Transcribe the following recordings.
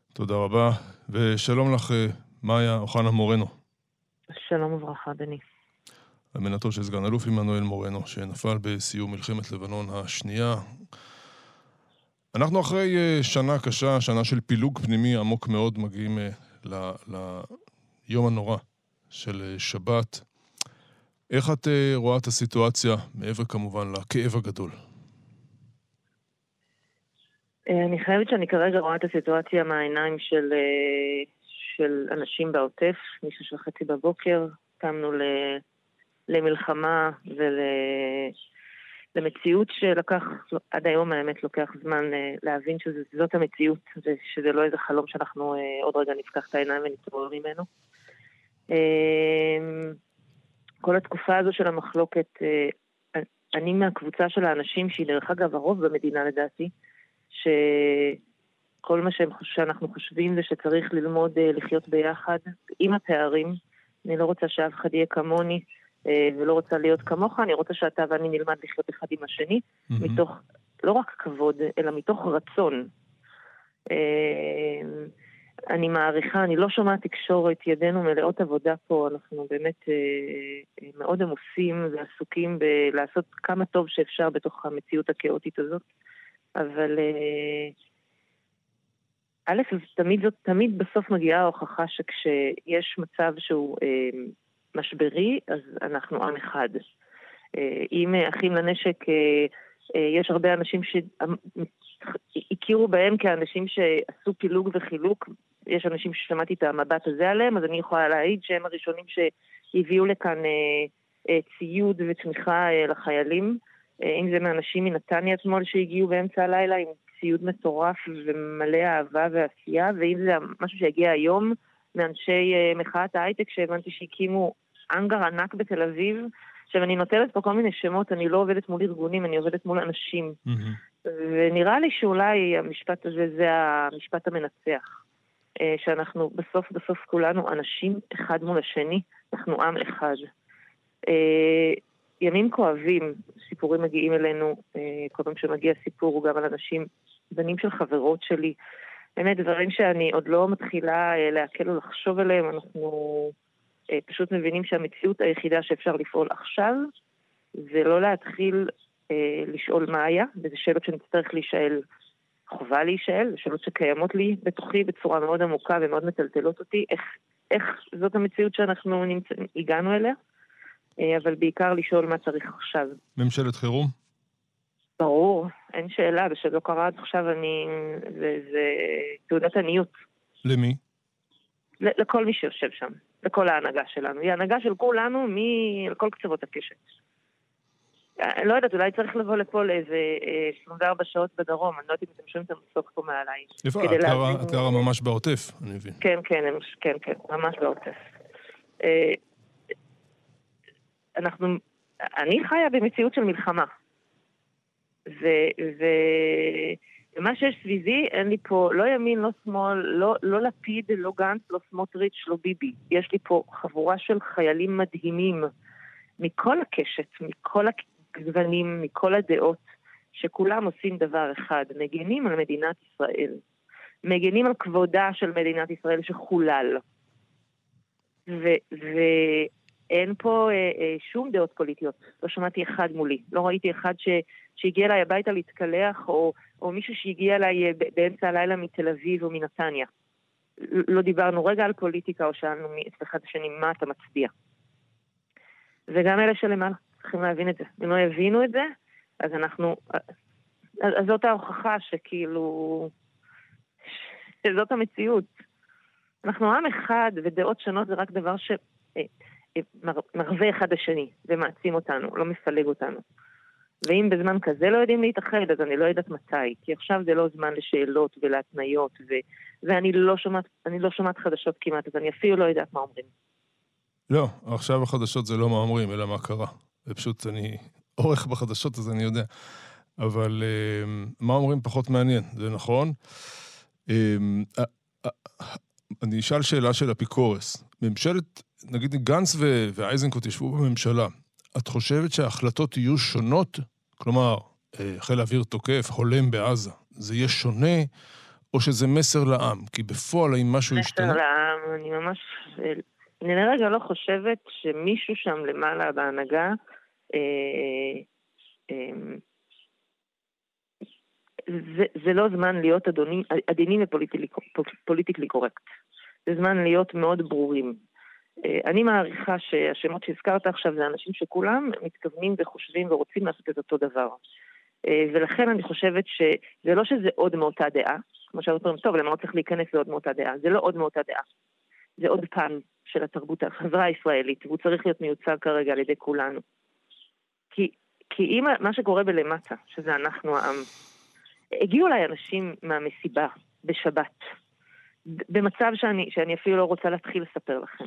תודה רבה, ושלום לך, מאיה אוחנה מורנו. שלום וברכה, בני. אלמנתו של סגן אלוף עמנואל מורנו, שנפל בסיום מלחמת לבנון השנייה. אנחנו אחרי שנה קשה, שנה של פילוג פנימי עמוק מאוד, מגיעים ליום הנורא של שבת. איך את רואה את הסיטואציה, מעבר כמובן לכאב הגדול? אני חייבת שאני כרגע רואה את הסיטואציה מהעיניים של אנשים בעוטף. 6:30 בבוקר, קמנו למלחמה ולמציאות שלקח, עד היום האמת לוקח זמן להבין שזאת המציאות, שזה לא איזה חלום שאנחנו עוד רגע נפתח את העיניים ונתעורר ממנו. כל התקופה הזו של המחלוקת, אני מהקבוצה של האנשים שהיא דרך אגב הרוב במדינה לדעתי, שכל מה שאנחנו חושבים זה שצריך ללמוד לחיות ביחד עם הפערים. אני לא רוצה שאף אחד יהיה כמוני ולא רוצה להיות כמוך, אני רוצה שאתה ואני נלמד לחיות אחד עם השני, מתוך לא רק כבוד, אלא מתוך רצון. אני מעריכה, אני לא שומעת תקשורת, ידינו מלאות עבודה פה, אנחנו באמת מאוד עמוסים ועסוקים בלעשות כמה טוב שאפשר בתוך המציאות הכאוטית הזאת. אבל א', תמיד בסוף מגיעה ההוכחה שכשיש מצב שהוא משברי, אז אנחנו עם אחד. אם אחים לנשק, יש הרבה אנשים שהכירו בהם כאנשים שעשו פילוג וחילוק, יש אנשים ששמעתי את המבט הזה עליהם, אז אני יכולה להעיד שהם הראשונים שהביאו לכאן ציוד וצמיחה לחיילים, אם זה מאנשים מנתניה אתמול שהגיעו באמצע הלילה עם ציוד מטורף ומלא אהבה ועשייה, ואם זה משהו שהגיע היום מאנשי מחאת ההייטק שהבנתי שהקימו אנגר ענק בתל אביב. עכשיו אני נוטלת פה כל מיני שמות, אני לא עובדת מול ארגונים, אני עובדת מול אנשים. ונראה לי שאולי המשפט הזה זה המשפט המנצח. שאנחנו בסוף כולנו אנשים אחד מול השני, אנחנו עם אחד. ימים כואבים, סיפורים מגיעים אלינו, קודם שמגיע סיפור הוא גם על אנשים, בנים של חברות שלי, באמת דברים שאני עוד לא מתחילה להקל או לחשוב עליהם, אנחנו פשוט מבינים שהמציאות היחידה שאפשר לפעול עכשיו, זה לא להתחיל לשאול מה היה, וזה שאלות שנצטרך להישאל, חובה להישאל, שאלות שקיימות לי בתוכי בצורה מאוד עמוקה ומאוד מטלטלות אותי, איך זאת המציאות שאנחנו הגענו אליה, אבל בעיקר לשאול מה צריך עכשיו. ממשלת חירום? ברור, אין שאלה, זה שלא קרה עד עכשיו, זה תעודת עניות. למי? לכל מי שיושב שם, לכל ההנהגה שלנו. היא ההנהגה של כולנו לכל קצוות הקשת. לא יודעת, אולי צריך לבוא לפה לאיזה 24 שעות בדרום, אני לא יודעת אם אתם שומעים את המסוק פה מעליי. איפה? את גרה ממש בעוטף, אני מבין. כן, ממש בעוטף. אני חיה במציאות של מלחמה. ומה שיש סביבי, אין לי פה לא ימין, לא שמאל, לא לפיד, לא גנץ, לא סמוטריץ', לא ביבי. יש לי פה חבורה של חיילים מדהימים, מכל הקשת, מכל הגוונים, מכל הדעות, שכולם עושים דבר אחד, מגנים על מדינת ישראל. מגנים על כבודה של מדינת ישראל שחולל. אין פה שום דעות פוליטיות. לא שמעתי אחד מולי. לא ראיתי אחד שהגיע אליי הביתה להתקלח, או מישהו שהגיע אליי באמצע הלילה מתל אביב או מנתניה. לא דיברנו רגע על פוליטיקה, או שאלנו אחד השני מה אתה מצביע. וגם אלה שלמעלה צריכים להבין את זה. אם לא יבינו את זה, אז אז זאת ההוכחה שכאילו, שזאת המציאות. אנחנו עם אחד, ודעות שונות זה רק דבר מרווה אחד השני, ומעצים אותנו, לא מפלג אותנו. ואם בזמן כזה לא יודעים להתאחד, אז אני לא יודעת מתי, כי עכשיו זה לא זמן לשאלות ולהתניות, ואני לא שומעת חדשות כמעט, אז אני אפילו לא יודעת מה אומרים. לא, עכשיו החדשות זה לא מה אומרים, אלא מה קרה. ופשוט אני עורך בחדשות, אז אני יודע. אבל מה אומרים פחות מעניין, זה נכון. אני אשאל שאלה של אפיקורס. ממשלת, נגיד גנץ ואייזנקוט ישבו בממשלה, את חושבת שההחלטות יהיו שונות? כלומר, חיל האוויר תוקף, הולם בעזה, זה יהיה שונה? או שזה מסר לעם? כי בפועל, האם משהו ישתנה? מסר לעם, אני ממש... אני לרגע לא חושבת שמישהו שם למעלה בהנהגה זה לא זמן להיות עדינים ופוליטיקלי קורקט. זה זמן להיות מאוד ברורים. אני מעריכה שהשמות שהזכרת עכשיו זה אנשים שכולם מתכוונים וחושבים ורוצים לעשות את אותו דבר. ולכן אני חושבת שזה לא שזה עוד מאותה דעה, כמו שאנחנו אומרים, טוב, למה צריך להיכנס לעוד מאותה דעה? זה לא עוד מאותה דעה. זה עוד פן של התרבות, החברה הישראלית, והוא צריך להיות מיוצג כרגע על ידי כולנו. כי אם מה שקורה בלמטה, שזה אנחנו העם, הגיעו אליי אנשים מהמסיבה בשבת, במצב שאני אפילו לא רוצה להתחיל לספר לכם.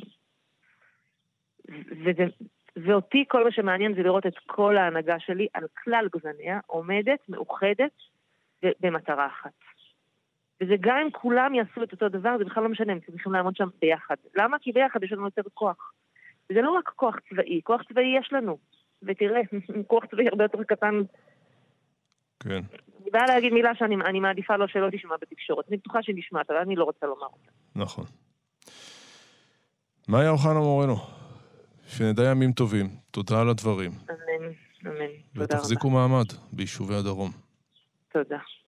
ואותי כל מה שמעניין זה לראות את כל ההנהגה שלי על כלל גווניה, עומדת, מאוחדת, במטרה אחת. וזה גם אם כולם יעשו את אותו דבר, זה בכלל לא משנה, הם צריכים לעמוד שם ביחד. למה? כי ביחד יש לנו יותר כוח. וזה לא רק כוח צבאי, כוח צבאי יש לנו. ותראה, כוח צבאי הרבה יותר קטן. כן. אני באה להגיד מילה שאני מעדיפה לא שלא תשמע בתקשורת. אני בטוחה שנשמעת, אבל אני לא רוצה לומר אותה. נכון. מאיה אוחנה מורנו, שנדע ימים טובים. תודה על הדברים. אמן, אמן. תודה רבה. ותחזיקו מעמד ביישובי הדרום. תודה.